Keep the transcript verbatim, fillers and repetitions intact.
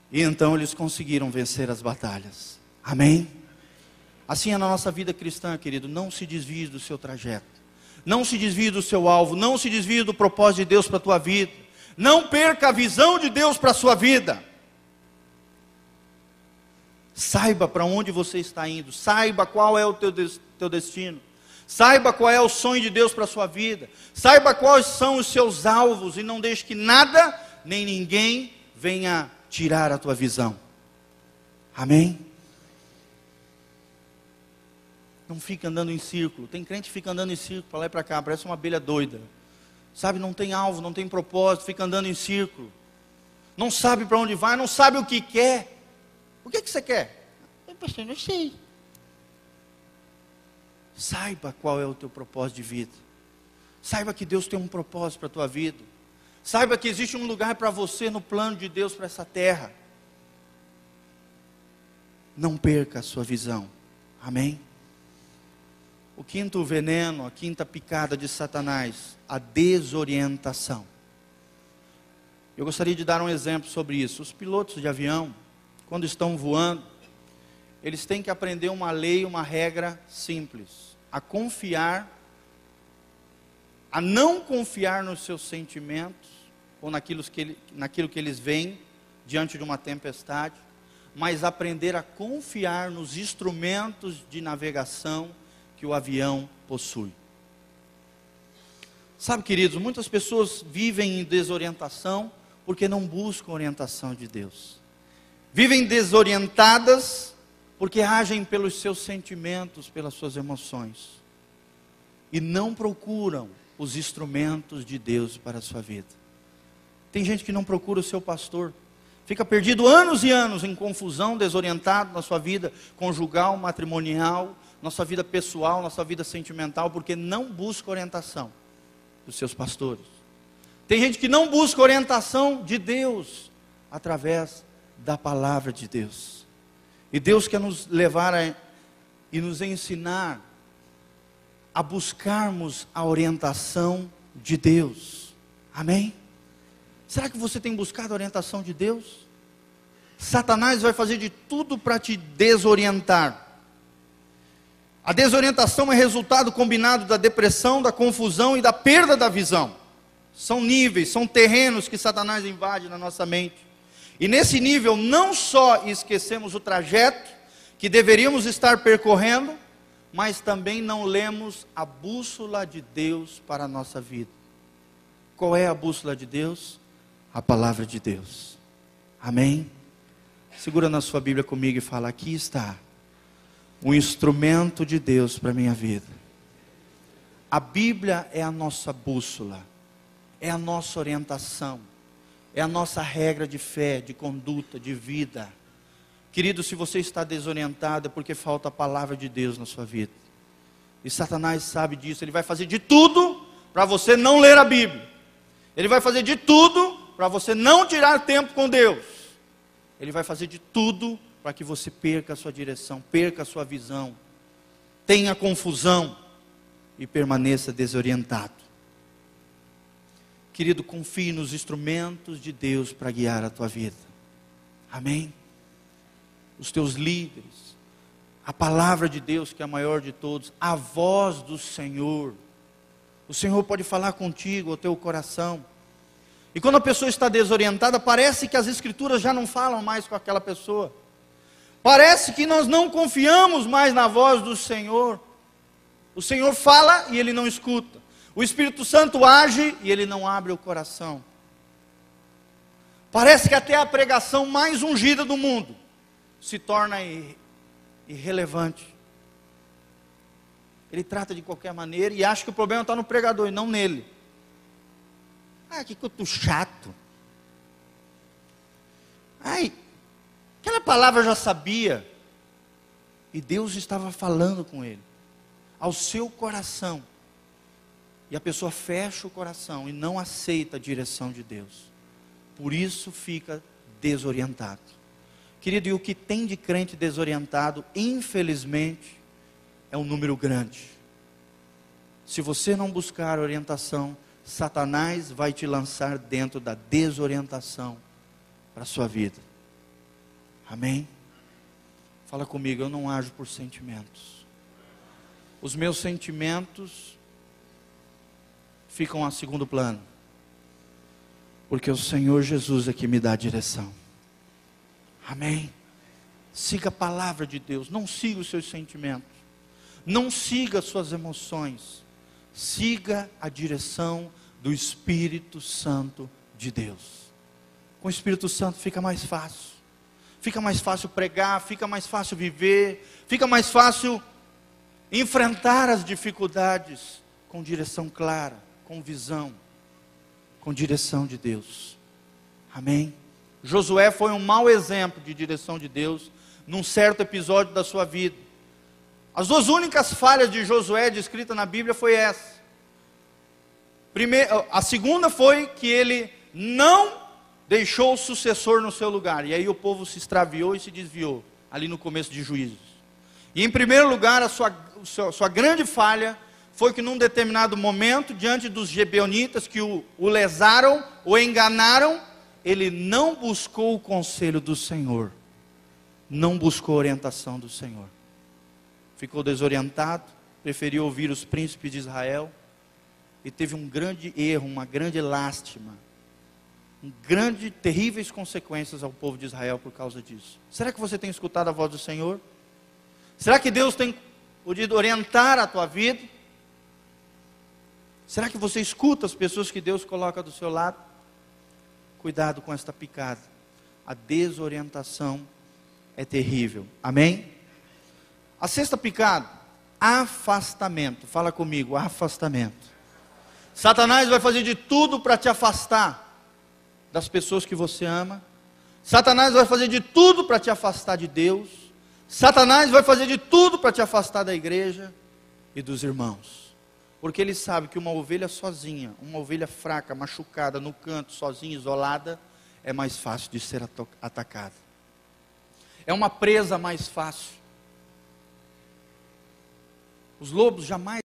E então eles conseguiram vencer as batalhas. Amém? Assim é na nossa vida cristã, querido. Não se desvie do seu trajeto. Não se desvie do seu alvo. Não se desvie do propósito de Deus para a tua vida. Não perca a visão de Deus para a sua vida. Saiba para onde você está indo. Saiba qual é o teu, teu destino. Saiba qual é o sonho de Deus para a sua vida. Saiba quais são os seus alvos. E não deixe que nada, nem ninguém venha tirar a tua visão. Amém? Não fica andando em círculo. Tem crente que fica andando em círculo, para lá e para cá, parece uma abelha doida. Sabe, não tem alvo, não tem propósito, fica andando em círculo. Não sabe para onde vai, não sabe o que quer. O que, que você quer? Eu pastor, não sei. Saiba qual é o teu propósito de vida. Saiba que Deus tem um propósito para a tua vida. Saiba que existe um lugar para você no plano de Deus para essa terra. Não perca a sua visão. Amém? O quinto veneno, a quinta picada de Satanás, a desorientação. Eu gostaria de dar um exemplo sobre isso. Os pilotos de avião, quando estão voando, eles têm que aprender uma lei, uma regra simples. A confiar, a não confiar nos seus sentimentos, ou naquilo que, ele, naquilo que eles veem diante de uma tempestade, mas aprender a confiar nos instrumentos de navegação que o avião possui. Sabe, queridos, muitas pessoas vivem em desorientação porque não buscam orientação de Deus. Vivem desorientadas porque agem pelos seus sentimentos, pelas suas emoções. E não procuram os instrumentos de Deus para a sua vida. Tem gente que não procura o seu pastor. Fica perdido anos e anos em confusão, desorientado na sua vida conjugal, matrimonial, na sua vida pessoal, na sua vida sentimental, porque não busca orientação dos seus pastores. Tem gente que não busca orientação de Deus através da palavra de Deus. E Deus quer nos levar a, e nos ensinar a buscarmos a orientação de Deus. Amém? Será que você tem buscado a orientação de Deus? Satanás vai fazer de tudo para te desorientar. A desorientação é resultado combinado da depressão, da confusão e da perda da visão. São níveis, são terrenos que Satanás invade na nossa mente. E nesse nível não só esquecemos o trajeto que deveríamos estar percorrendo, mas também não lemos a bússola de Deus para a nossa vida. Qual é a bússola de Deus? A palavra de Deus. Amém? Segura na sua Bíblia comigo e fala: aqui está um instrumento de Deus para a minha vida. A Bíblia é a nossa bússola, é a nossa orientação, é a nossa regra de fé, de conduta, de vida. Querido, se você está desorientado é porque falta a palavra de Deus na sua vida. E Satanás sabe disso. Ele vai fazer de tudo para você não ler a Bíblia. Ele vai fazer de tudo para você não tirar tempo com Deus. Ele vai fazer de tudo para que você perca a sua direção, perca a sua visão, tenha confusão e permaneça desorientado. Querido, confie nos instrumentos de Deus para guiar a tua vida. Amém? Os teus líderes, a palavra de Deus que é a maior de todos, a voz do Senhor. O Senhor pode falar contigo, ao teu coração. E quando a pessoa está desorientada, parece que as escrituras já não falam mais com aquela pessoa. Parece que nós não confiamos mais na voz do Senhor. O Senhor fala e Ele não escuta. O Espírito Santo age e Ele não abre o coração. Parece que até a pregação mais ungida do mundo se torna irrelevante. Ele trata de qualquer maneira e acha que o problema está no pregador e não nele. Ah, que culto chato. Ai, aquela palavra eu já sabia. E Deus estava falando com ele, ao seu coração. E a pessoa fecha o coração e não aceita a direção de Deus. Por isso fica desorientado. Querido, e o que tem de crente desorientado, infelizmente, é um número grande. Se você não buscar orientação, Satanás vai te lançar dentro da desorientação para a sua vida. Amém? Fala comigo, eu não ajo por sentimentos. Os meus sentimentos ficam a segundo plano, porque o Senhor Jesus é que me dá a direção. Amém? Siga a palavra de Deus, não siga os seus sentimentos, não siga as suas emoções, siga a direção do Espírito Santo de Deus. Com o Espírito Santo fica mais fácil, fica mais fácil pregar, fica mais fácil viver, fica mais fácil enfrentar as dificuldades com direção clara, com visão, com direção de Deus. Amém? Josué foi um mau exemplo de direção de Deus num certo episódio da sua vida. As duas únicas falhas de Josué descritas na Bíblia foi essa. Primeiro, a segunda foi que ele não deixou o sucessor no seu lugar, e aí o povo se extraviou e se desviou, ali no começo de Juízes. E em primeiro lugar, a sua, a sua, a sua grande falha foi que num determinado momento, diante dos gibeonitas que o, o lesaram, o enganaram, ele não buscou o conselho do Senhor, não buscou a orientação do Senhor, ficou desorientado, preferiu ouvir os príncipes de Israel, e teve um grande erro, uma grande lástima, um grande, terríveis consequências ao povo de Israel por causa disso. Será que você tem escutado a voz do Senhor? Será que Deus tem podido orientar a tua vida? Será que você escuta as pessoas que Deus coloca do seu lado? Cuidado com esta picada. A desorientação é terrível. Amém? A sexta picada, afastamento. Fala comigo, afastamento. Satanás vai fazer de tudo para te afastar das pessoas que você ama. Satanás vai fazer de tudo para te afastar de Deus. Satanás vai fazer de tudo para te afastar da igreja e dos irmãos. Porque ele sabe que uma ovelha sozinha, uma ovelha fraca, machucada, no canto, sozinha, isolada, é mais fácil de ser atacada. É uma presa mais fácil. Os lobos jamais